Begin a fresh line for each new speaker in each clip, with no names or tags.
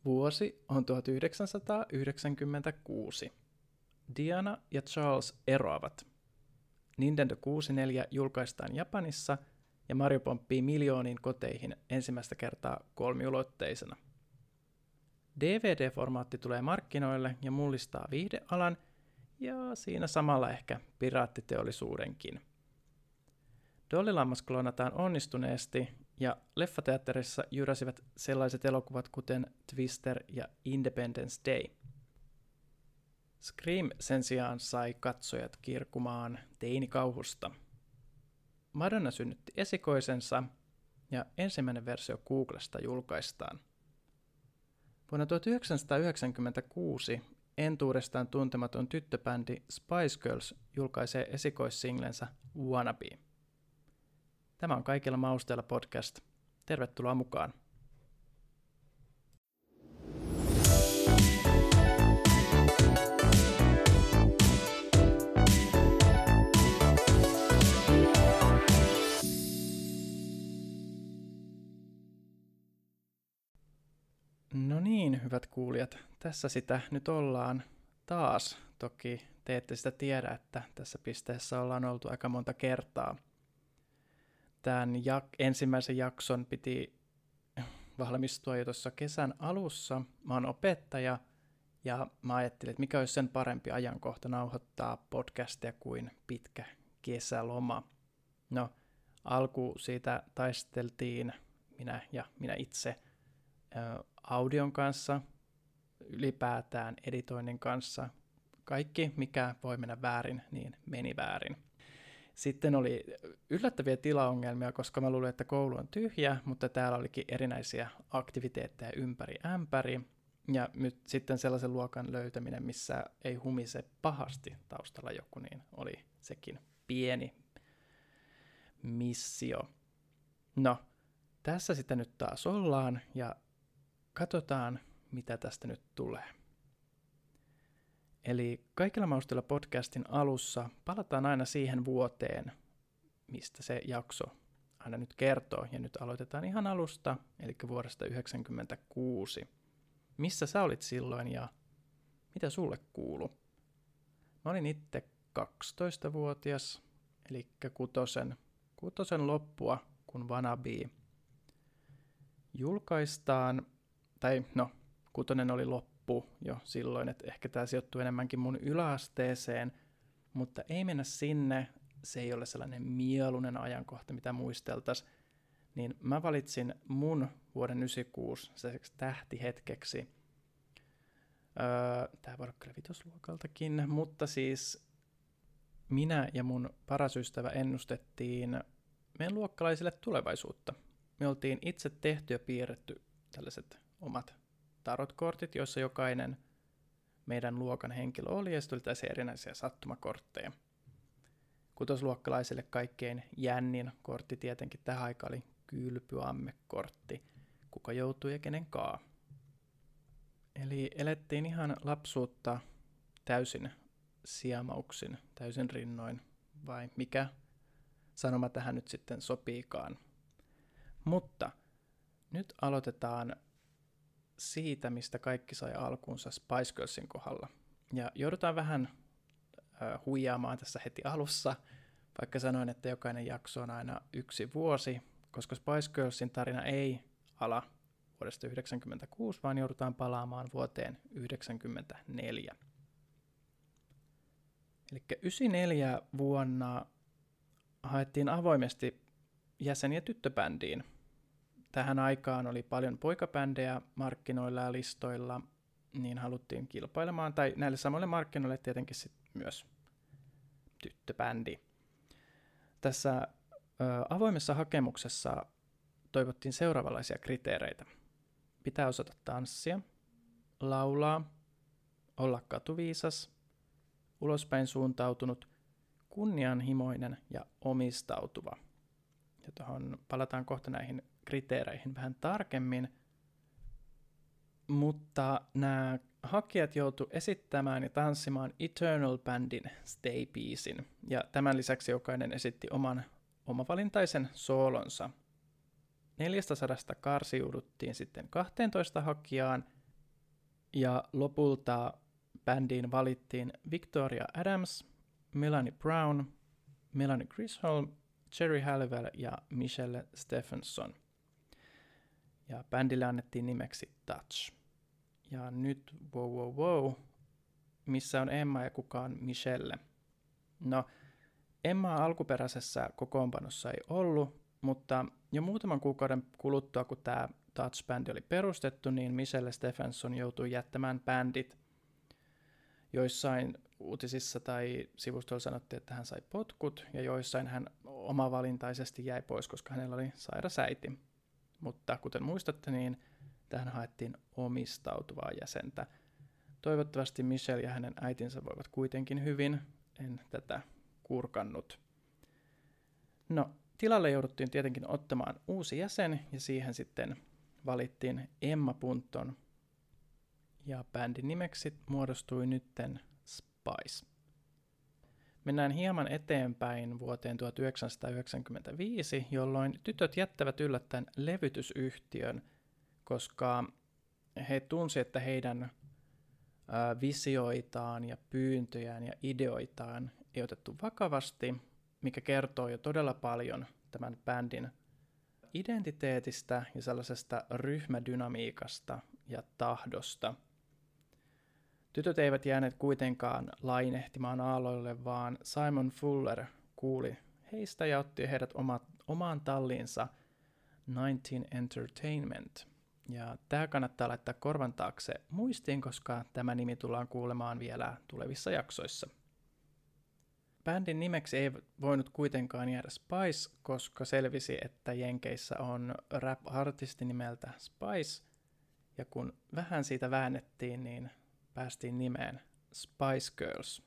Vuosi on 1996. Diana ja Charles eroavat. Nintendo 64 julkaistaan Japanissa ja Mario pomppii miljooniin koteihin ensimmäistä kertaa kolmiulotteisena. DVD-formaatti tulee markkinoille ja mullistaa viihdealan ja siinä samalla ehkä piraattiteollisuudenkin. Dollilammas kloonataan onnistuneesti ja leffateatterissa jyräsivät sellaiset elokuvat kuten Twister ja Independence Day. Scream sen sijaan sai katsojat kirkumaan teinikauhusta. Madonna synnytti esikoisensa ja ensimmäinen versio Googlesta julkaistaan. Vuonna 1996 entuudestaan tuntematon tyttöbändi Spice Girls julkaisee esikoissinglensä Wannabe. Tämä on Kaikilla mausteilla podcast. Tervetuloa mukaan. No niin, hyvät kuulijat, tässä sitä nyt ollaan taas. Toki te ette sitä tiedä, että tässä pisteessä ollaan oltu aika monta kertaa. Tämän ensimmäisen jakson piti valmistua jo tuossa kesän alussa. Mä oon opettaja ja mä ajattelin, että mikä olisi sen parempi ajankohta nauhoittaa podcastia kuin pitkä kesäloma. No, alku siitä taisteltiin minä itse audion kanssa, ylipäätään editoinnin kanssa. Kaikki, mikä voi mennä väärin, niin meni väärin. Sitten oli yllättäviä tilaongelmia, koska mä luulin, että koulu on tyhjä, mutta täällä olikin erinäisiä aktiviteetteja ympäri ämpäri. Ja nyt sitten sellaisen luokan löytäminen, missä ei humise pahasti taustalla joku, niin oli sekin pieni missio. No, tässä sitä nyt taas ollaan ja katsotaan, mitä tästä nyt tulee. Eli Kaikilla mausteilla podcastin alussa palataan aina siihen vuoteen, mistä se jakso aina nyt kertoo. Ja nyt aloitetaan ihan alusta, eli vuodesta 1996. Missä sä olit silloin ja mitä sulle kuului? Mä olin itse 12-vuotias, eli kutosen loppua, kun Wannabe julkaistaan. Tai no, kutonen oli loppu jo silloin, että ehkä tämä sijoittuu enemmänkin mun yläasteeseen, mutta ei mennä sinne, se ei ole sellainen mieluinen ajankohta, mitä muisteltaisiin, niin mä valitsin mun vuoden 96 tähtihetkeksi. Tää voi olla kyllä vitosluokaltakin, mutta siis minä ja mun paras ystävä ennustettiin meidän luokkalaisille tulevaisuutta. Me oltiin itse tehty ja piirretty tällaiset omat tarotkortit, joissa jokainen meidän luokan henkilö oli, ja sitten oli tässä erinäisiä sattumakortteja. Kutosluokkalaisille kaikkein jännin kortti tietenkin tähän aikaan oli kylpyammekortti, kuka joutui ja kenen kaa. Eli elettiin ihan lapsuutta täysin siemauksin, täysin rinnoin, vai mikä sanoma tähän nyt sitten sopiikaan. Mutta nyt aloitetaan siitä, mistä kaikki sai alkuunsa Spice Girlsin kohdalla. Ja joudutaan vähän huijaamaan tässä heti alussa, vaikka sanoin, että jokainen jakso on aina yksi vuosi, koska Spice Girlsin tarina ei ala vuodesta 1996, vaan joudutaan palaamaan vuoteen 1994. Eli 1994 vuonna haettiin avoimesti jäseniä tyttöbändiin. Tähän aikaan oli paljon poikabändejä markkinoilla ja listoilla, niin haluttiin kilpailemaan, tai näille samoille markkinoille tietenkin sit myös tyttöbändi. Tässä avoimessa hakemuksessa toivottiin seuraavanlaisia kriteereitä. Pitää osata tanssia, laulaa, olla katuviisas, ulospäin suuntautunut, kunnianhimoinen ja omistautuva. Ja tuohon palataan kohta näihin kriteereihin vähän tarkemmin, mutta nämä hakijat joutuivat esittämään ja tanssimaan Eternal-bändin Stay-biisin, ja tämän lisäksi jokainen esitti oman omavalintaisen soolonsa. 400 karsiuduttiin sitten 12 hakijaan, Ja lopulta bändiin valittiin Victoria Adams, Melanie Brown, Melanie Grisholm, Jerry Halliwell ja Michelle Stephenson. Ja bändille annettiin nimeksi Touch. Ja nyt wow, missä on Emma ja kuka on Michelle? No, Emmaa alkuperäisessä kokoonpanossa ei ollut, mutta jo muutaman kuukauden kuluttua, kun tämä Touch-bändi oli perustettu, niin Michelle Stephenson joutui jättämään bändit. Joissain uutisissa tai sivustoilla sanottiin, että hän sai potkut, ja joissain hän omavalintaisesti jäi pois, koska hänellä oli sairas äiti. Mutta kuten muistatte, niin tähän haettiin omistautuvaa jäsentä. Toivottavasti Michelle ja hänen äitinsä voivat kuitenkin hyvin. En tätä kurkannut. No, tilalle jouduttiin tietenkin ottamaan uusi jäsen, ja siihen sitten valittiin Emma Punton. Ja bändin nimeksi muodostui nytten Spice. Mennään hieman eteenpäin vuoteen 1995, jolloin tytöt jättävät yllättäen levytysyhtiön, koska he tunsi, että heidän visioitaan ja pyyntöjään ja ideoitaan ei otettu vakavasti, mikä kertoo jo todella paljon tämän bändin identiteetistä ja sellaisesta ryhmädynamiikasta ja tahdosta. Tytöt eivät jääneet kuitenkaan lainehtimaan aalloille, vaan Simon Fuller kuuli heistä ja otti heidät omaan talliinsa 19 Entertainment. Ja tämä kannattaa laittaa korvan taakse muistiin, koska tämä nimi tullaan kuulemaan vielä tulevissa jaksoissa. Bändin nimeksi ei voinut kuitenkaan jäädä Spice, koska selvisi, että Jenkeissä on rap-artisti nimeltä Spice, ja kun vähän siitä väännettiin, niin päästiin nimeen Spice Girls.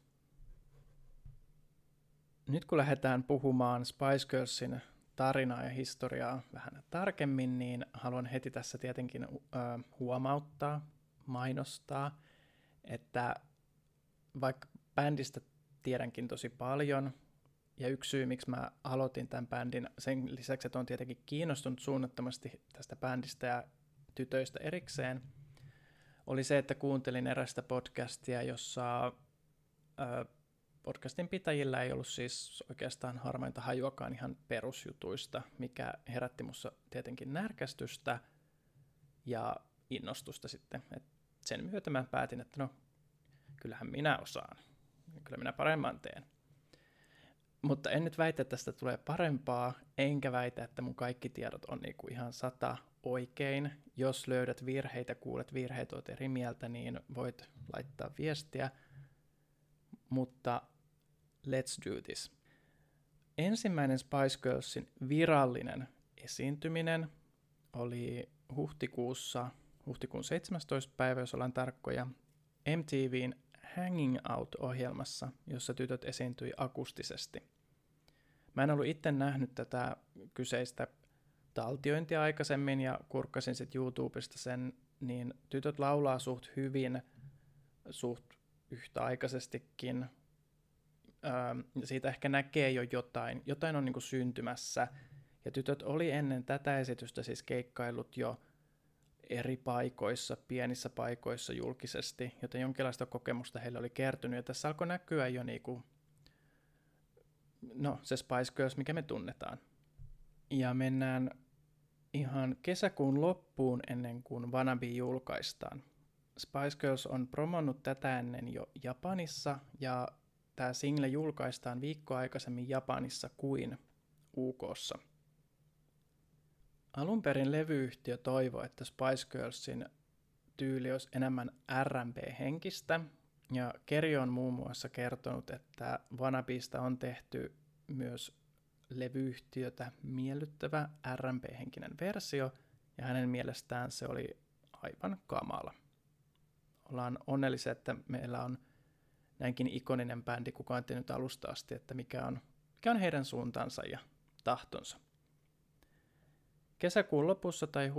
Nyt kun lähdetään puhumaan Spice Girlsin tarinaa ja historiaa vähän tarkemmin, niin haluan heti tässä tietenkin huomauttaa, mainostaa, että vaikka bändistä tiedänkin tosi paljon, ja yksi syy, miksi mä aloitin tämän bändin, sen lisäksi, että olen tietenkin kiinnostunut suunnattomasti tästä bändistä ja tytöistä erikseen, oli se, että kuuntelin erästä podcastia, jossa podcastin pitäjillä ei ollut siis oikeastaan harmainta hajuakaan ihan perusjutuista, mikä herätti musta tietenkin närkästystä ja innostusta sitten. Et sen myötä mä päätin, että no, kyllähän minä osaan. Kyllä minä paremman teen. Mutta en nyt väitä, että tästä tulee parempaa, enkä väitä, että mun kaikki tiedot on niinku ihan 100 oikein. Jos löydät virheitä, kuulet virheitä, oot eri mieltä, niin voit laittaa viestiä. Mutta let's do this. Ensimmäinen Spice Girlsin virallinen esiintyminen oli huhtikuun 17. päivä, jos ollaan tarkkoja, MTV:n Hanging Out-ohjelmassa, jossa tytöt esiintyi akustisesti. Mä en ollut itse nähnyt tätä kyseistä taltiointia aikaisemmin ja kurkkasin sitten YouTubesta sen, niin tytöt laulaa suht hyvin, suht yhtäaikaisestikin. Siitä ehkä näkee jo jotain on niinku syntymässä. Ja tytöt oli ennen tätä esitystä siis keikkaillut jo eri paikoissa, pienissä paikoissa julkisesti, joten jonkinlaista kokemusta heille oli kertynyt. Ja tässä alkoi näkyä jo niinku, se Spice Girls, mikä me tunnetaan. Ja mennään ihan kesäkuun loppuun ennen kuin Wannabe julkaistaan. Spice Girls on promonnut tätä ennen jo Japanissa, ja tämä single julkaistaan viikkoa aikaisemmin Japanissa kuin UK:ssa. Alun perin levyyhtiö toivoi, että Spice Girlsin tyyli olisi enemmän R&B-henkistä, ja Kerry on muun muassa kertonut, että Wannabesta on tehty myös levyyhtiötä miellyttävä R&B-henkinen versio, ja hänen mielestään se oli aivan kamala. Ollaan onnellisia, että meillä on näinkin ikoninen bändi, kuka on tehnyt alusta asti, että mikä on heidän suuntansa ja tahtonsa. Kesäkuun lopussa tai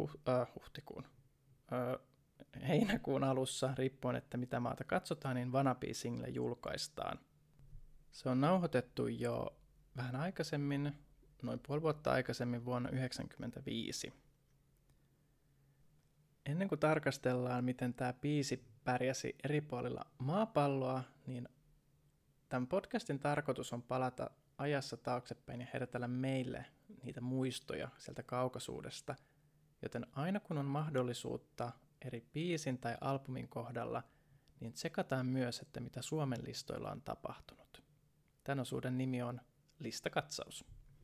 heinäkuun alussa, riippuen, että mitä maata katsotaan, niin Wannabe-single julkaistaan. Se on nauhoitettu jo vähän aikaisemmin, noin puoli vuotta aikaisemmin vuonna 1995. Ennen kuin tarkastellaan, miten tämä biisi pärjäsi eri puolilla maapalloa, niin tämän podcastin tarkoitus on palata ajassa taaksepäin ja herätellä meille niitä muistoja sieltä kaukaisuudesta. Joten aina kun on mahdollisuutta eri biisin tai albumin kohdalla, niin tsekataan myös, että mitä Suomen listoilla on tapahtunut. Tämän osuuden nimi on Listakatsaus.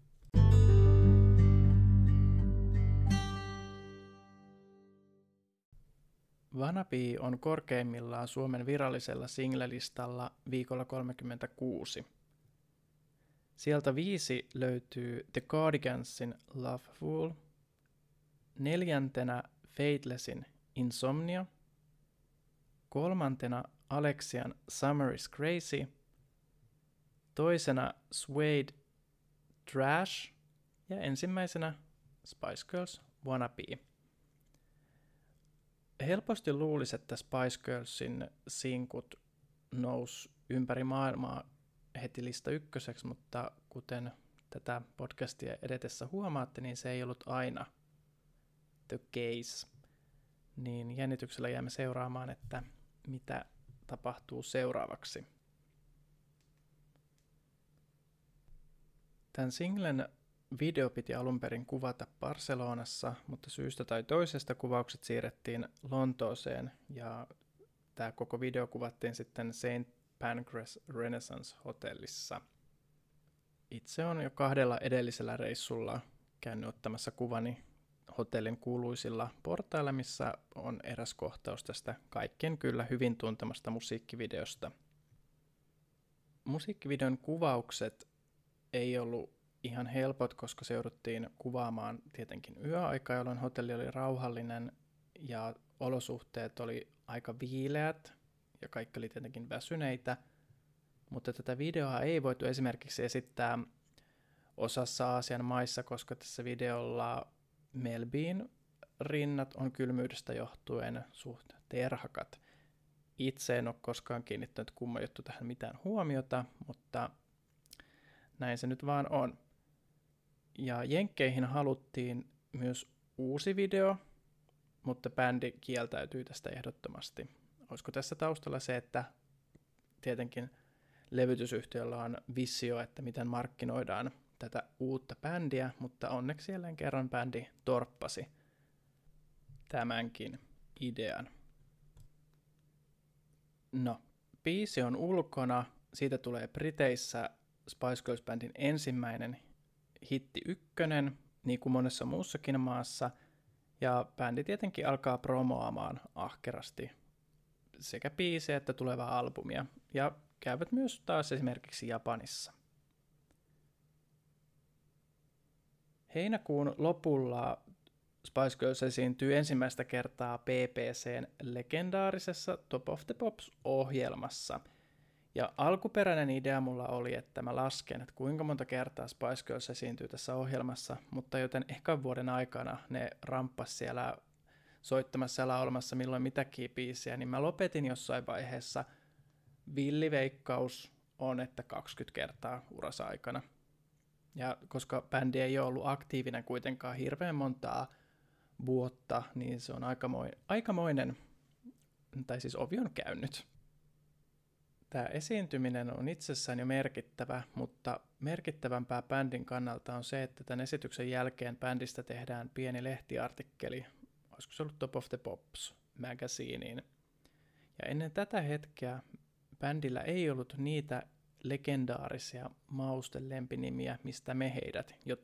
Wannabe on korkeimmillaan Suomen virallisella singlelistalla viikolla 36. Sieltä 5 löytyy The Cardigansin Love Fool, 4. Faithlessin Insomnia, 3. Alexian Summer is Crazy, 2. Suede Trash ja 1. Spice Girls Wannabe. Helposti luulisi, että Spice Girlsin sinkut nousi ympäri maailmaa heti lista 1, mutta kuten tätä podcastia edetessä huomaatte, niin se ei ollut aina the case. Niin jännityksellä jäämme seuraamaan, että mitä tapahtuu seuraavaksi. Tämän singlen video piti alun perin kuvata Barcelonassa, mutta syystä tai toisesta kuvaukset siirrettiin Lontooseen ja tämä koko video kuvattiin sitten St. Pancras Renaissance hotellissa. Itse olen jo 2 edellisellä reissulla käynyt ottamassa kuvani hotellin kuuluisilla portailla, missä on eräs kohtaus tästä kaikkien kyllä hyvin tuntemasta musiikkivideosta. Musiikkivideon kuvaukset ei ollut ihan helpot, koska se jouduttiin kuvaamaan tietenkin yöaikaa, jolloin hotelli oli rauhallinen ja olosuhteet oli aika viileät ja kaikki oli tietenkin väsyneitä, mutta tätä videoa ei voitu esimerkiksi esittää osassa Aasian maissa, koska tässä videolla Melbyn rinnat on kylmyydestä johtuen suht terhakat. Itse en ole koskaan kiinnittänyt kumman juttu tähän mitään huomiota, mutta näin se nyt vaan on. Ja jenkkeihin haluttiin myös uusi video, mutta bändi kieltäytyi tästä ehdottomasti. Olisiko tässä taustalla se, että tietenkin levytysyhtiöllä on visio, että miten markkinoidaan tätä uutta bändiä, mutta onneksi jälleen kerran bändi torppasi tämänkin idean. No, biisi on ulkona, siitä tulee Briteissä Spice Girls-bändin ensimmäinen hitti 1, niin kuin monessa muussakin maassa, ja bändi tietenkin alkaa promoamaan ahkerasti sekä biisejä että tulevaa albumia, ja käyvät myös taas esimerkiksi Japanissa. Heinäkuun lopulla Spice Girls esiintyy ensimmäistä kertaa BBC:n legendaarisessa Top of the Pops-ohjelmassa. Ja alkuperäinen idea mulla oli, että mä lasken, että kuinka monta kertaa Spice Girls esiintyy tässä ohjelmassa, mutta joten ekan vuoden aikana ne ramppas siellä soittamassa ja laulamassa milloin mitäkin biisiä, niin mä lopetin jossain vaiheessa. Villiveikkaus on, että 20 kertaa urassa aikana. Ja koska bändi ei ole ollut aktiivinen kuitenkaan hirveän montaa vuotta, niin se on aikamoinen, tai siis ovi on käynyt. Tämä esiintyminen on itsessään jo merkittävä, mutta merkittävämpää bändin kannalta on se, että tämän esityksen jälkeen bändistä tehdään pieni lehtiartikkeli, olisiko se ollut Top of the Pops magazineen. Ja ennen tätä hetkeä bändillä ei ollut niitä legendaarisia mausten lempinimiä, mistä me heidät jo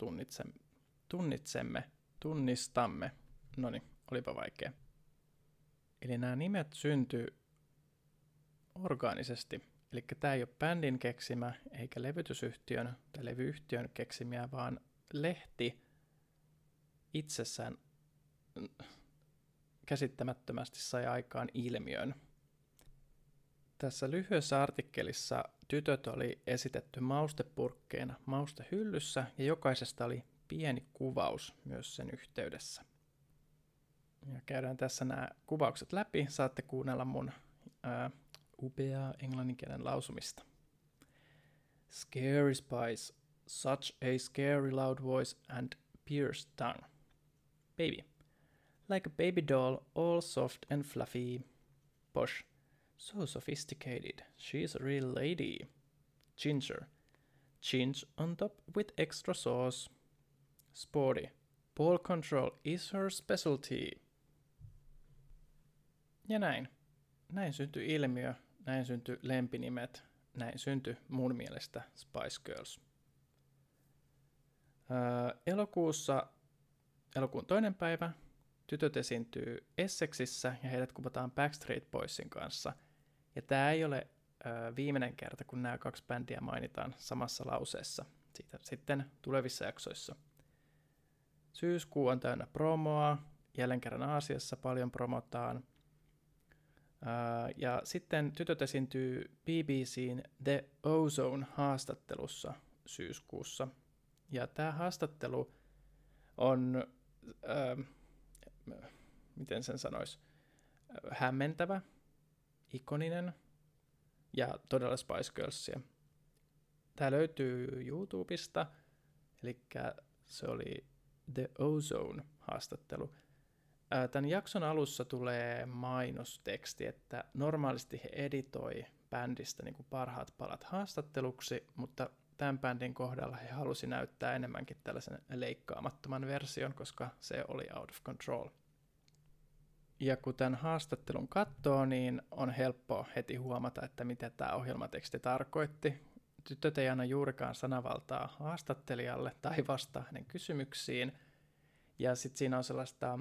tunnistamme. Noniin, olipa vaikea. Eli nämä nimet syntyy orgaanisesti. Eli tämä ei ole bändin keksimä, eikä levytysyhtiön tai levyyhtiön keksimiä, vaan lehti itsessään käsittämättömästi sai aikaan ilmiön. Tässä lyhyessä artikkelissa tytöt oli esitetty maustepurkkeina maustehyllyssä ja jokaisesta oli pieni kuvaus myös sen yhteydessä. Ja käydään tässä nämä kuvaukset läpi. Saatte kuunnella mun upeaa englanninkielen lausumista. Scary Spice, such a scary loud voice and pierced tongue. Baby, Like a baby doll, all soft and fluffy. Posh. So sophisticated. She's a real lady. Ginger. Ginge on top with extra sauce. Sporty. Ball control is her specialty. Ja näin. Näin syntyi ilmiö, näin syntyi lempinimet, näin syntyi mun mielestä Spice Girls. Elokuun 2. päivä tytöt esiintyy Essexissä ja heidät kuvataan Backstreet Boysin kanssa. Ja tää ei ole viimeinen kerta, kun nämä 2 bändiä mainitaan samassa lauseessa. Siitä sitten tulevissa jaksoissa. Syyskuu on täynnä promoa, jälleen kerran Aasiassa paljon promotaan. Ja sitten tytöt esiintyy BBC:n The Ozone-haastattelussa syyskuussa. Ja tämä haastattelu on, miten sen sanoisi, hämmentävä, ikoninen ja todella Spice Girlsia. Tämä löytyy YouTubesta, eli se oli The Ozone-haastattelu. Tämän jakson alussa tulee mainosteksti, että normaalisti he editoi bändistä niin kuin parhaat palat haastatteluksi, mutta tämän bändin kohdalla he halusi näyttää enemmänkin tällaisen leikkaamattoman version, koska se oli out of control. Ja kun tämän haastattelun katsoo, niin on helppo heti huomata, että mitä tämä ohjelmateksti tarkoitti. Tytöt ei anna juurikaan sanavaltaa haastattelijalle tai vastaa hänen kysymyksiin. Ja sitten siinä on sellaista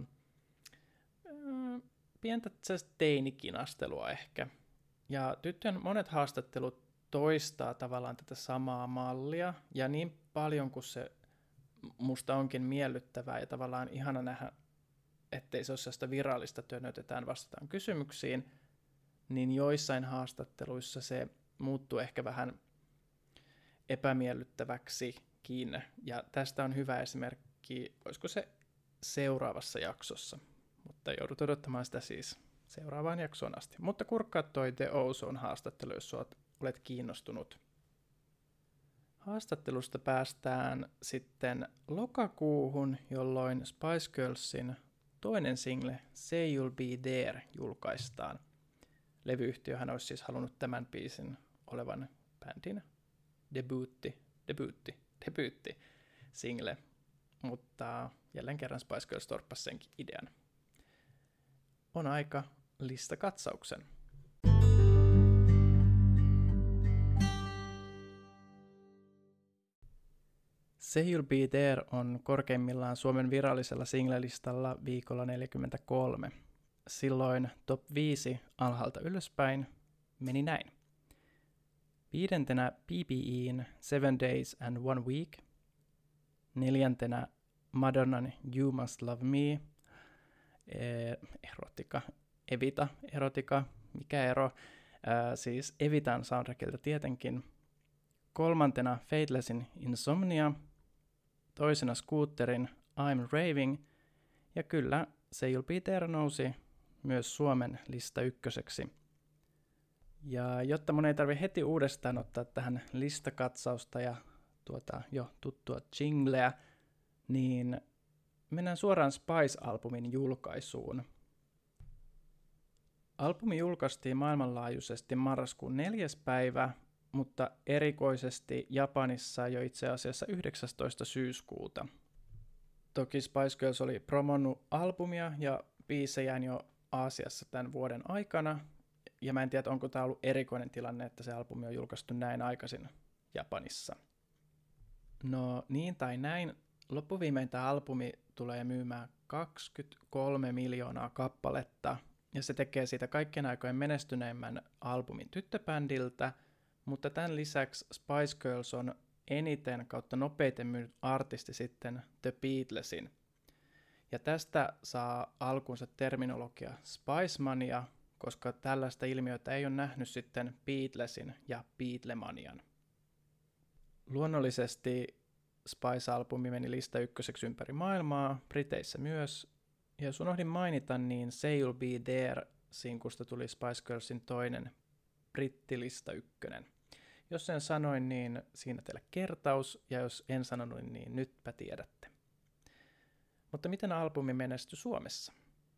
pientä teinikinastelua ehkä. Ja tyttöjen monet haastattelut toistaa tavallaan tätä samaa mallia, ja niin paljon kuin se musta onkin miellyttävää ja tavallaan ihana nähdä, ettei se ole sellaista virallista työnötetään vastataan kysymyksiin, niin joissain haastatteluissa se muuttuu ehkä vähän epämiellyttäväksikin. Ja tästä on hyvä esimerkki, olisiko se seuraavassa jaksossa, mutta joudut odottamaan sitä siis seuraavaan jaksoon asti. Mutta kurkkaa toi The Ozone-haastattelu, jos olet kiinnostunut. Haastattelusta päästään sitten lokakuuhun, jolloin Spice Girlsin toinen single Say You'll Be There julkaistaan. Levyyhtiöhän olisi siis halunnut tämän biisin olevan bändin debyytti single, mutta jälleen kerran Spice Girls torppasi senkin idean. On aika listakatsauksen. Say You'll Be There on korkeimmillaan Suomen virallisella single-listalla viikolla 43. Silloin top 5 alhaalta ylöspäin meni näin. 5. BBE:n 7 Days and 1 Week. 4. Madonnan You Must Love Me. Erotika, mikä ero? Siis Evitan soundtrackilta tietenkin. 3. Faithlessin Insomnia. 2. Scooterin I'm Raving. Ja kyllä, Say You'll Be There nousi myös Suomen lista ykköseksi. Ja jotta mun ei tarvitse heti uudestaan ottaa tähän listakatsausta ja jo tuttua jingleä, niin mennään suoraan Spice-albumin julkaisuun. Albumi julkaistiin maailmanlaajuisesti marraskuun 4. päivä, mutta erikoisesti Japanissa jo itse asiassa 19. syyskuuta. Toki Spice Girls oli promonnut albumia ja biisejään jo Aasiassa tämän vuoden aikana, ja mä en tiedä, onko tämä ollut erikoinen tilanne, että se albumi on julkaistu näin aikaisin Japanissa. No niin tai näin, loppuviimein tämä albumi tulee myymään 23 miljoonaa kappaletta, ja se tekee siitä kaikkien aikojen menestyneimmän albumin tyttöbändiltä, mutta tämän lisäksi Spice Girls on eniten kautta nopeiten myynyt artisti sitten The Beatlesin. Ja tästä saa alkunsa terminologia Spice Mania, koska tällaista ilmiötä ei ole nähnyt sitten Beatlesin ja Beatlemanian. Luonnollisesti Spice-albumi meni lista ykköseksi ympäri maailmaa, Briteissä myös. Ja jos unohdin mainita, niin Say You'll Be There -sinkusta tuli Spice Girlsin toinen brittilista ykkönen. Jos sen sanoin, niin siinä teille kertaus, ja jos en sanonut, niin nytpä tiedätte. Mutta miten albumi menestyi Suomessa?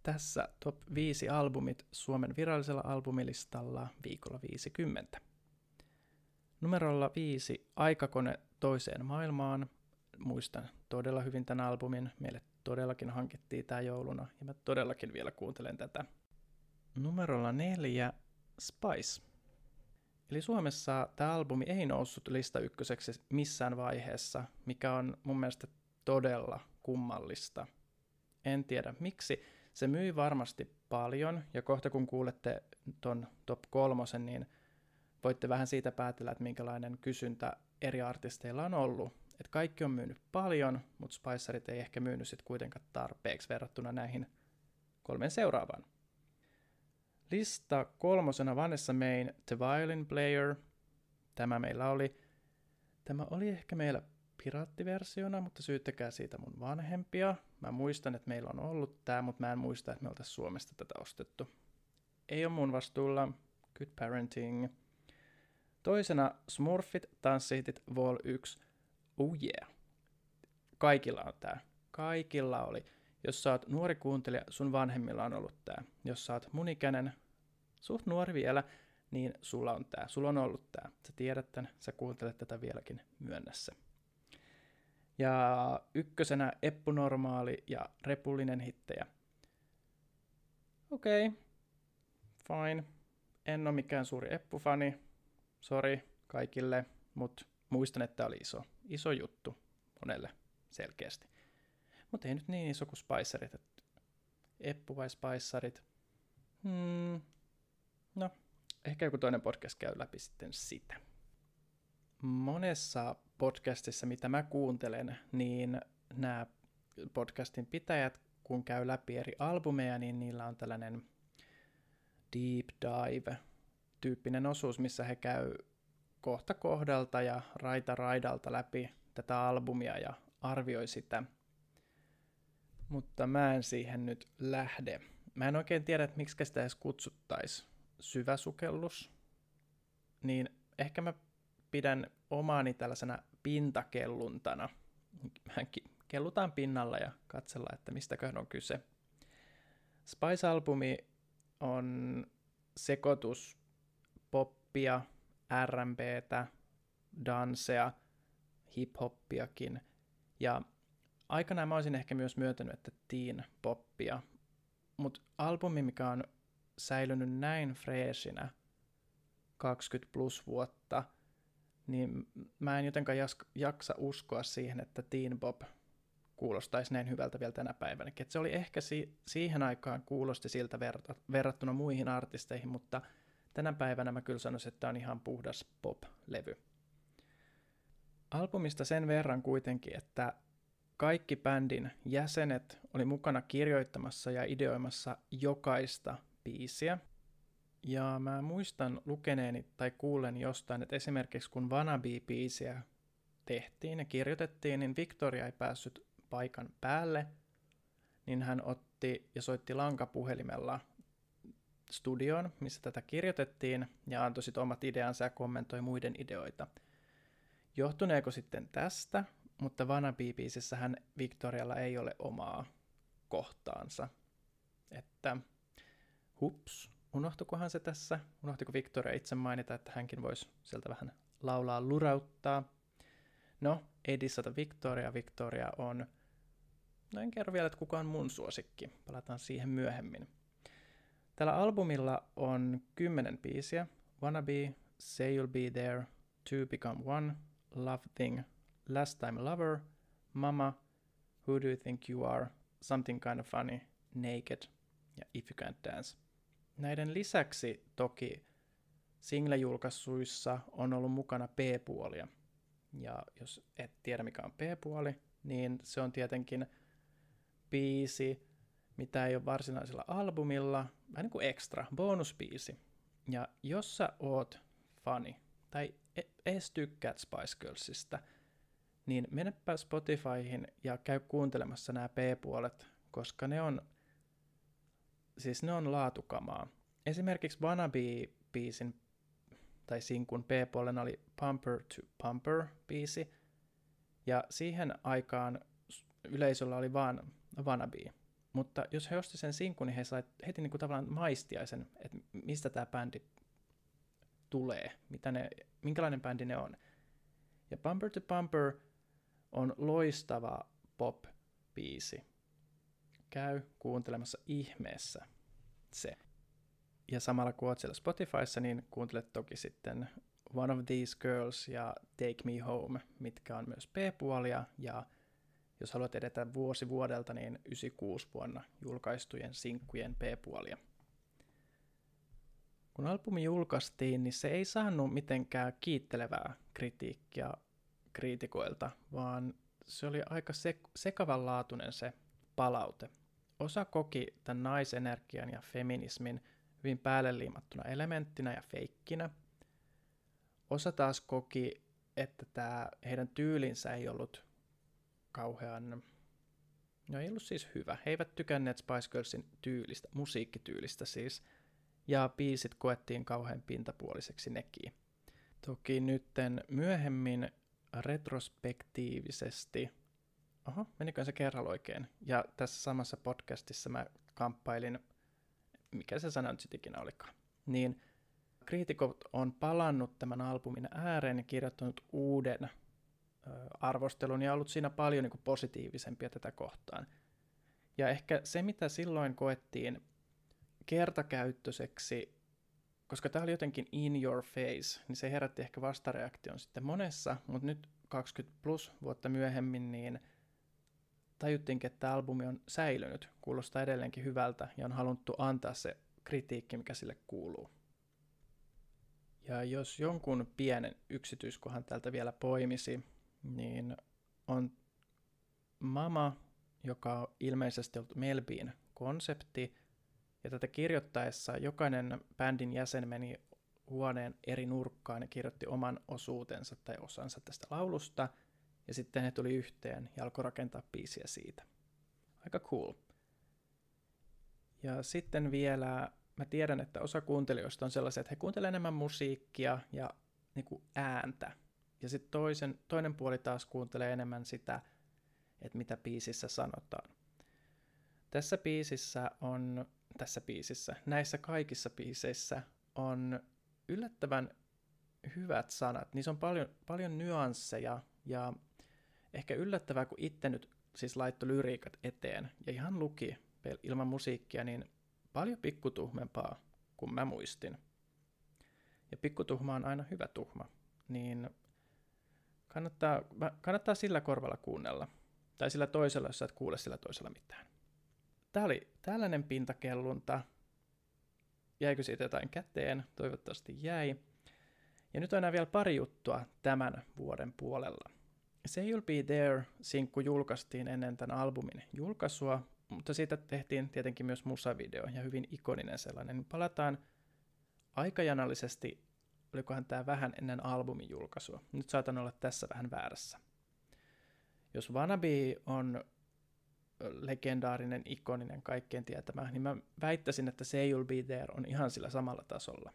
Tässä top 5 albumit Suomen virallisella albumilistalla viikolla 50. Numerolla 5 Aikakone toiseen maailmaan. Muistan todella hyvin tämän albumin. Meille todellakin hankittiin tämä jouluna ja mä todellakin vielä kuuntelen tätä. Numerolla 4 Spice. Eli Suomessa tämä albumi ei noussut lista ykköseksi missään vaiheessa, mikä on mun mielestä todella kummallista. En tiedä miksi. Se myi varmasti paljon, ja kohta kun kuulette ton top 3, niin voitte vähän siitä päätellä, että minkälainen kysyntä eri artisteilla on ollut. Et kaikki on myynyt paljon, mutta Spicerit ei ehkä myynyt sit kuitenkaan tarpeeksi verrattuna näihin 3 seuraavaan. Lista 3. Vanessa Main, The Violin Player. Tämä oli ehkä meillä piraattiversiona, mutta syyttäkää siitä mun vanhempia. Mä muistan, että meillä on ollut tää, mutta mä en muista, että me oltaisiin Suomesta tätä ostettu. Ei ole mun vastuulla. Good parenting. Toisena Smurfit, Tanssihitit, Vol 1. Oh yeah. Kaikilla on tää. Kaikilla oli. Jos sä oot nuori kuuntelija, sun vanhemmilla on ollut tää. Jos sä oot mun ikäinen, suht nuori vielä, niin sulla on tää. Sulla on ollut tää. Sä tiedät tän, sä kuuntelet tätä vieläkin myönnässä. Ja ykkösenä Eppu Normaali ja Repullinen hittejä. Okei, fine. En ole mikään suuri Eppu-fani. Sori kaikille, mutta muistan, että tämä oli iso juttu monelle selkeästi. Mutta ei nyt niin iso kuin Spicerit. Eppu vai Spicerit? No, ehkä joku toinen podcast käy läpi sitten sitä. Monessa podcastissa, mitä mä kuuntelen, niin nämä podcastin pitäjät, kun käy läpi eri albumeja, niin niillä on tällainen deep dive-tyyppinen osuus, missä he käy kohta kohdalta ja raita raidalta läpi tätä albumia ja arvioi sitä. Mutta mä en siihen nyt lähde. Mä en oikein tiedä, että miksi sitä edes kutsuttaisiin syväsukellus. Niin ehkä mä pidän omaani tällaisena pintakelluntana. Kellutaan pinnalla ja katsellaan, että mistäköhän on kyse. Spice-albumi on sekoitus poppia, R&B:tä, dansea, hip-hoppiakin. Ja aikanaan mä olisin ehkä myös myöntänyt, että teen poppia. Mutta albumi, mikä on säilynyt näin freesinä 20 plus vuotta, niin mä en jotenkaan jaksa uskoa siihen, että teen pop kuulostaisi näin hyvältä vielä tänä päivänä. Et se oli ehkä siihen aikaan kuulosti siltä verrattuna muihin artisteihin, mutta tänä päivänä mä kyllä sanoisin, että tämä on ihan puhdas pop-levy. Albumista sen verran kuitenkin, että kaikki bändin jäsenet oli mukana kirjoittamassa ja ideoimassa jokaista biisiä. Ja mä muistan lukeneeni tai kuulleeni jostain, että esimerkiksi kun Wannabe-biisiä tehtiin ja kirjoitettiin, niin Victoria ei päässyt paikan päälle, niin hän otti ja soitti lankapuhelimella studioon, missä tätä kirjoitettiin, ja antoi sitten omat ideansa ja kommentoi muiden ideoita. Johtuneeko sitten tästä, mutta Wannabe-biisissähän Victorialla ei ole omaa kohtaansa. Että hups, unohtukohan se tässä? Unohtiko Victoria itse mainita, että hänkin voisi sieltä vähän laulaa lurauttaa? No, ei dissata Victoria. Victoria on, no en kerro vielä, että kuka on mun suosikki. Palataan siihen myöhemmin. Tällä albumilla on 10 biisiä. Wannabe, Say You'll Be There, Two Become One, Love Thing, Last Time Lover, Mama, Who Do You Think You Are, Something Kind of Funny, Naked ja If You Can't Dance. Näiden lisäksi toki single-julkaisuissa on ollut mukana B-puolia. Ja jos et tiedä mikä on B-puoli, niin se on tietenkin biisi, mitä ei ole varsinaisella albumilla, vähän niin kuin extra, bonusbiisi. Ja jos sä oot fani tai edes tykkäät Spice Girlsista, niin menepä Spotifyhin ja käy kuuntelemassa nämä B-puolet, koska ne on laatukamaa. Esimerkiksi Wannabe-biisin tai sinkun B-puolena oli Pumper to Pumper-biisi, ja siihen aikaan yleisöllä oli vaan Wannabe. Mutta jos he osti sen sinkun, niin he sai heti niin kuin tavallaan maistia sen, että mistä tämä bändi tulee, minkälainen bändi ne on. Ja Bumper to Bumper on loistava pop-biisi. Käy kuuntelemassa ihmeessä se. Ja samalla kun oot siellä Spotifyssa, niin kuuntelet toki sitten One of These Girls ja Take Me Home, mitkä on myös B-puolia, ja jos haluat edetä vuosi vuodelta, niin 96 vuonna julkaistujen sinkkujen B-puolia. Kun albumi julkaistiin, niin se ei saanut mitenkään kiittelevää kritiikkiä kriitikoilta, vaan se oli aika sekavanlaatuinen se palaute. Osa koki tämän naisenergian ja feminismin hyvin päälle liimattuna elementtinä ja feikkinä. Osa taas koki, että tämä heidän tyylinsä ei ollut kauhean, no ei ollut siis hyvä. He eivät tykänneet Spice Girlsin tyylistä, musiikkityylistä siis, ja biisit koettiin kauhean pintapuoliseksi nekin. Toki nytten myöhemmin retrospektiivisesti, menikö se kerralla oikein? Ja tässä samassa podcastissa mä kamppailin, mikä se sana nyt sitten ikinä olikaan, niin kriitikot on palannut tämän albumin ääreen ja kirjoittanut uuden arvostelun ja ollut siinä paljon niin kuin positiivisempia tätä kohtaan. Ja ehkä se, mitä silloin koettiin kertakäyttöiseksi, koska tämä oli jotenkin in your face, niin se herätti ehkä vastareaktion sitten monessa, mutta nyt 20 plus vuotta myöhemmin, niin tajuttiinkin, että tämä albumi on säilynyt, kuulostaa edelleenkin hyvältä ja on haluttu antaa se kritiikki, mikä sille kuuluu. Ja jos jonkun pienen yksityiskohan täältä vielä poimisi, niin on Mama, joka on ilmeisesti ollut Mel B:n konsepti, ja tätä kirjoittaessa jokainen bändin jäsen meni huoneen eri nurkkaan ja kirjoitti oman osuutensa tai osansa tästä laulusta, ja sitten he tuli yhteen ja alkoi rakentaa biisiä siitä. Aika cool. Ja sitten vielä, mä tiedän, että osa kuuntelijoista on sellaisia, että he kuuntelevat enemmän musiikkia ja niin kuin ääntä. Ja sitten toinen puoli taas kuuntelee enemmän sitä, että mitä biisissä sanotaan. Näissä kaikissa biiseissä on yllättävän hyvät sanat. Niissä on paljon nyansseja ja ehkä yllättävää, kun itse nyt siis laittoi lyriikat eteen ja ihan luki ilman musiikkia, niin paljon pikkutuhmempaa kuin mä muistin. Ja pikkutuhma on aina hyvä tuhma, niin kannattaa sillä korvalla kuunnella. Tai sillä toisella, jos sä et kuule sillä toisella mitään. Tää oli tällainen pintakellunta. Jäikö siitä jotain käteen? Toivottavasti jäi. Ja nyt on enää vielä pari juttua tämän vuoden puolella. Say You'll Be There-sinkku julkaistiin ennen tämän albumin julkaisua, mutta siitä tehtiin tietenkin myös musavideo ja hyvin ikoninen sellainen. Palataan aikajanallisesti, olikohan tämä vähän ennen albumin julkaisua. Nyt saatan olla tässä vähän väärässä. Jos Wannabe on legendaarinen, ikoninen, kaikkien tietämä, niin mä väittäisin, että Say You'll Be There on ihan sillä samalla tasolla.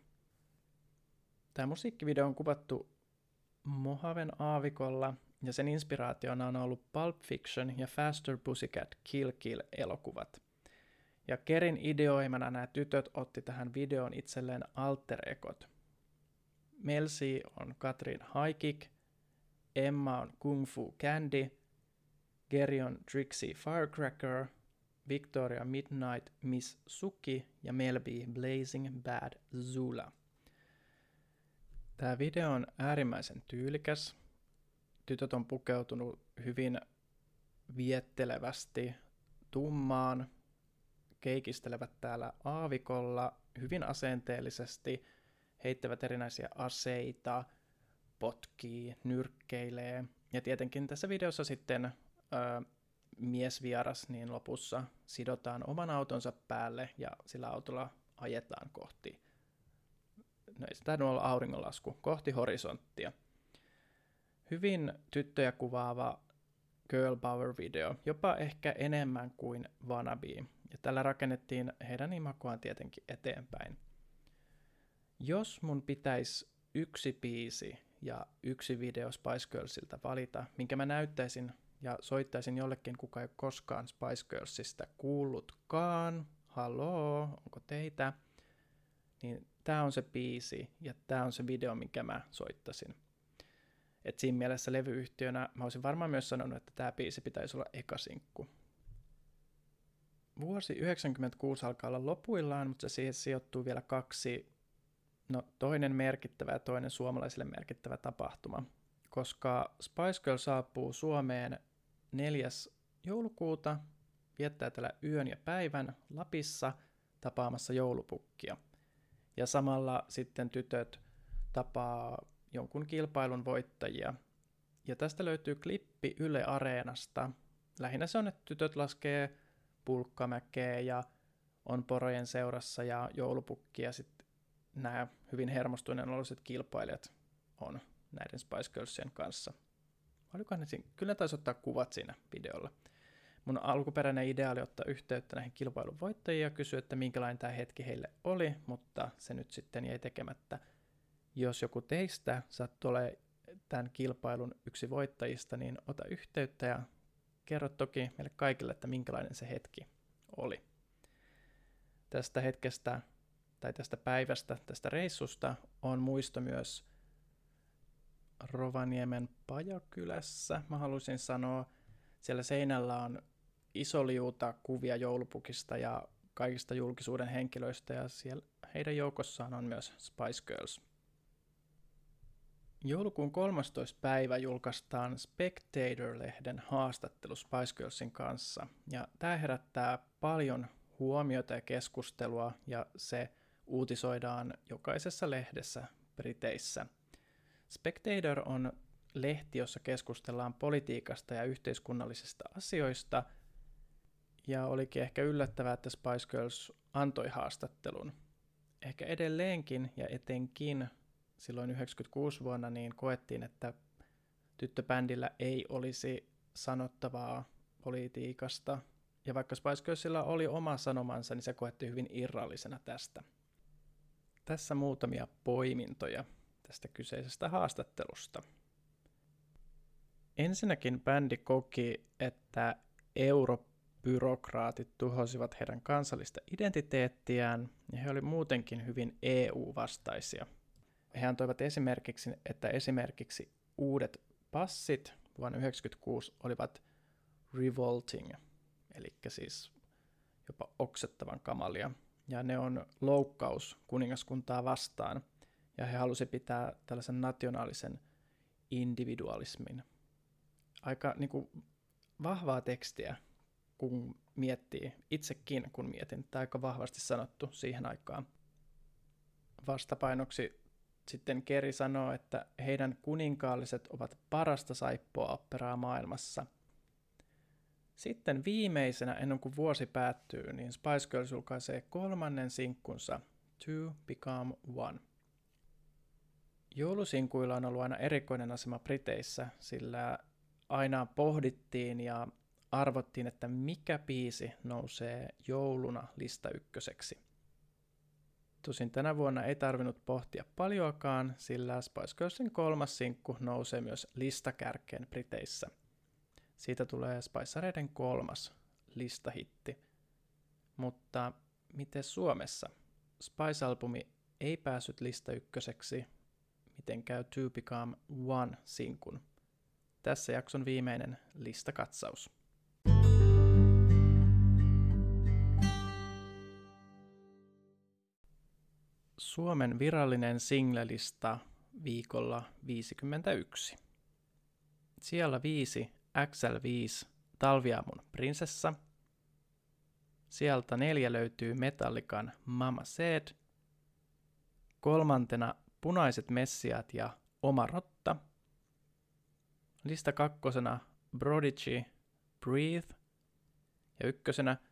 Tämä musiikkivideo on kuvattu Mojaven aavikolla, ja sen inspiraationa on ollut Pulp Fiction ja Faster Pussycat Kill Kill -elokuvat. Ja Kerin ideoimana nämä tytöt otti tähän videoon itselleen alter-ekot. Melsi on Katrin Highkick, Emma on Kung Fu Candy, Geri on Trixie Firecracker, Victoria Midnight Miss Suki ja Melby Blazing Bad Zula. Tämä video on äärimmäisen tyylikäs. Tytöt on pukeutunut hyvin viettelevästi tummaan, keikistelevät täällä aavikolla hyvin asenteellisesti, heittävät erinäisiä aseita, potkii, nyrkkeilee. Ja tietenkin tässä videossa sitten miesvieras niin lopussa sidotaan oman autonsa päälle ja sillä autolla ajetaan kohti, no ei se tainnut olla auringonlasku, kohti horisonttia. Hyvin tyttöjä kuvaava girl power video, jopa ehkä enemmän kuin Wannabe. Ja tällä rakennettiin heidän imagoaan tietenkin eteenpäin. Jos mun pitäisi yksi biisi ja yksi video Spice Girlsilta valita, minkä mä näyttäisin ja soittaisin jollekin, kuka ei ole koskaan Spice Girlsista kuullutkaan, haloo, onko teitä, niin tää on se biisi ja tää on se video, minkä mä soittasin. Et siinä mielessä levyyhtiönä mä olisin varmaan myös sanonut, että tää biisi pitäisi olla eka sinkku. Vuosi 1996 alkaa olla lopuillaan, mutta se siihen sijoittuu vielä kaksi, toinen merkittävä ja toinen suomalaisille merkittävä tapahtuma. Koska Spice Girl saapuu Suomeen 4. joulukuuta, viettää tällä yön ja päivän Lapissa tapaamassa joulupukkia. Ja samalla sitten tytöt tapaa jonkun kilpailun voittajia. Ja tästä löytyy klippi Yle Areenasta. Lähinnä se on, että tytöt laskee pulkkamäkeä ja on porojen seurassa ja joulupukki ja sitten nämä hyvin hermostuneen oloiset kilpailijat on näiden Spice Girlsien kanssa. Kyllä taisi ottaa kuvat siinä videolla. Mun alkuperäinen idea oli ottaa yhteyttä näihin kilpailun voittajiin ja kysyä, että minkälainen tämä hetki heille oli, mutta se nyt sitten jäi tekemättä. Jos joku teistä sattuu olemaan tämän kilpailun yksi voittajista, niin ota yhteyttä ja kerro toki meille kaikille, että minkälainen se hetki oli. Tästä hetkestä tai tästä päivästä, tästä reissusta on muisto myös Rovaniemen Pajakylässä. Mä haluaisin sanoa, siellä seinällä on iso liuta kuvia joulupukista ja kaikista julkisuuden henkilöistä ja siellä heidän joukossaan on myös Spice Girls. Joulukuun 13. päivä julkaistaan Spectator-lehden haastattelu Spice Girlsin kanssa ja tämä herättää paljon huomiota ja keskustelua ja se uutisoidaan jokaisessa lehdessä Briteissä. Spectator on lehti, jossa keskustellaan politiikasta ja yhteiskunnallisista asioista, ja olikin ehkä yllättävää, että Spice Girls antoi haastattelun. Ehkä edelleenkin ja etenkin silloin 1996 vuonna niin koettiin, että tyttöbändillä ei olisi sanottavaa politiikasta, ja vaikka Spice Girlsilla oli oma sanomansa, niin se koettiin hyvin irrallisena tästä. Tässä muutamia poimintoja tästä kyseisestä haastattelusta. Ensinnäkin bändi koki, että eurobyrokraatit tuhosivat heidän kansallista identiteettiään ja he olivat muutenkin hyvin EU-vastaisia. He antoivat esimerkiksi, että esimerkiksi uudet passit vuonna 1996 olivat revolting, eli siis jopa oksettavan kamalia. Ja ne on loukkaus kuningaskuntaa vastaan. Ja he halusivat pitää tällaisen nationaalisen individualismin. Aika vahvaa tekstiä, kun miettii, itsekin kun mietin, että aika vahvasti sanottu siihen aikaan. Vastapainoksi sitten Kerry sanoo, että heidän kuninkaalliset ovat parasta saippuaoperaa maailmassa. Sitten viimeisenä, ennen kuin vuosi päättyy, niin Spice Girls julkaisee 3. sinkkunsa, Two Become One. Joulusinkuilla on ollut aina erikoinen asema Briteissä, sillä aina pohdittiin ja arvottiin, että mikä biisi nousee jouluna lista ykköseksi. Tosin tänä vuonna ei tarvinnut pohtia paljoakaan, sillä Spice Girlsin 3. sinkku nousee myös listakärkeen Briteissä. Siitä tulee Spicereiden 3. listahitti. Mutta miten Suomessa? Spice-albumi ei päässyt lista ykköseksi, miten käy Two Become One -sinkun. Tässä jakson viimeinen listakatsaus. Suomen virallinen singlelista viikolla 51. Siellä 5 XL5 Talviaamun prinsessa. Sieltä 4 löytyy Metallican Mama Said. 3. Punaiset messiaat ja Oma rotta. Lista 2. Prodigy Breathe. Ja 1.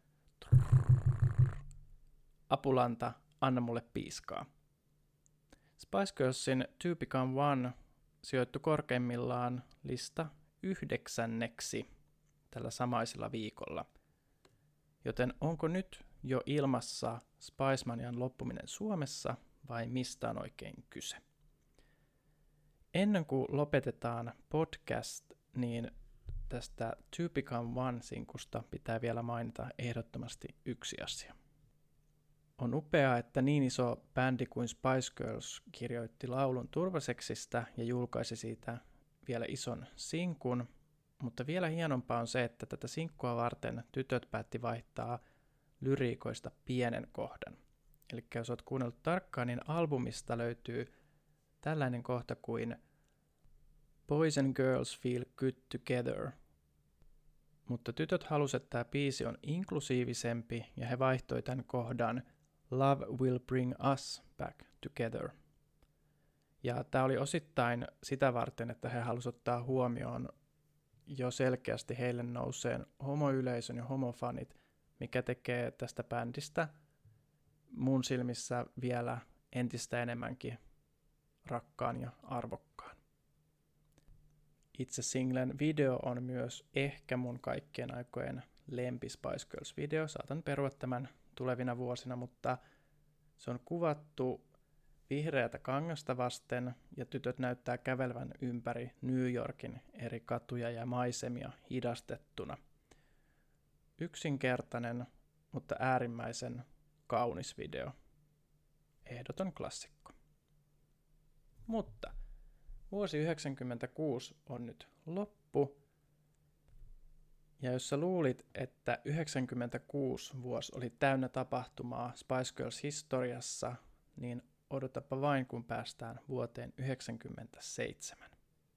Apulanta Anna mulle piiskaa. Spice Girlsin Two Become One sijoittui korkeimmillaan lista 9. tällä samaisella viikolla. Joten onko nyt jo ilmassa Spicemanian loppuminen Suomessa vai mistä on oikein kyse? Ennen kuin lopetetaan podcast, niin tästä To Become One-sinkusta pitää vielä mainita ehdottomasti yksi asia. On upeaa, että niin iso bändi kuin Spice Girls kirjoitti laulun turvaseksistä ja julkaisi siitä vielä ison sinkun, mutta vielä hienompaa on se, että tätä sinkkua varten tytöt päätti vaihtaa lyriikoista pienen kohdan. Eli jos olet kuunnellut tarkkaan, niin albumista löytyy tällainen kohta kuin Boys and girls feel good together. Mutta tytöt halusivat, että tämä biisi on inklusiivisempi ja he vaihtoi tämän kohdan Love will bring us back together. Ja tämä oli osittain sitä varten, että he halusivat ottaa huomioon jo selkeästi heille nouseen homoyleisön ja homofanit, mikä tekee tästä bändistä mun silmissä vielä entistä enemmänkin rakkaan ja arvokkaan. Itse singlen video on myös ehkä mun kaikkien aikojen lempi Spice Girls video. Saatan perua tämän tulevina vuosina, mutta se on kuvattu vihreätä kangasta vasten ja tytöt näyttää kävelevän ympäri New Yorkin eri katuja ja maisemia hidastettuna. Yksinkertainen, mutta äärimmäisen kaunis video. Ehdoton klassikko. Mutta vuosi 1996 on nyt loppu. Ja jos sä luulit, että 1996 vuosi oli täynnä tapahtumaa Spice Girls historiassa, niin odotapa vain, kun päästään vuoteen 1997.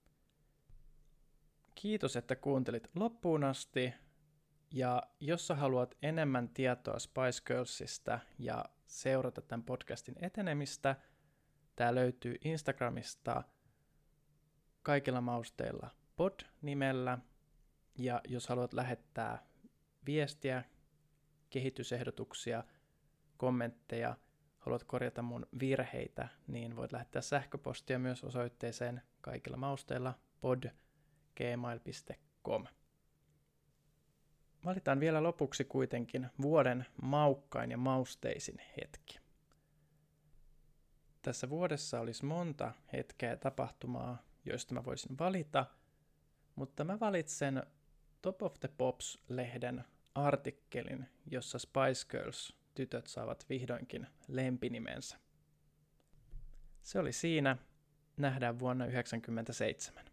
Kiitos, että kuuntelit loppuun asti. Ja jos sä haluat enemmän tietoa Spice Girlsista ja seurata tämän podcastin etenemistä, tää löytyy Instagramista kaikilla mausteilla pod-nimellä. Ja jos haluat lähettää viestiä, kehitysehdotuksia, kommentteja, haluat korjata mun virheitä, niin voit lähettää sähköpostia myös osoitteeseen kaikilla mausteilla pod@gmail.com. Valitaan vielä lopuksi kuitenkin vuoden maukkain ja mausteisin hetki. Tässä vuodessa olisi monta hetkeä ja tapahtumaa, joista mä voisin valita, mutta mä valitsen Top of the Pops-lehden artikkelin, jossa Spice Girls-tytöt saavat vihdoinkin lempinimensä. Se oli siinä. Nähdään vuonna 1997.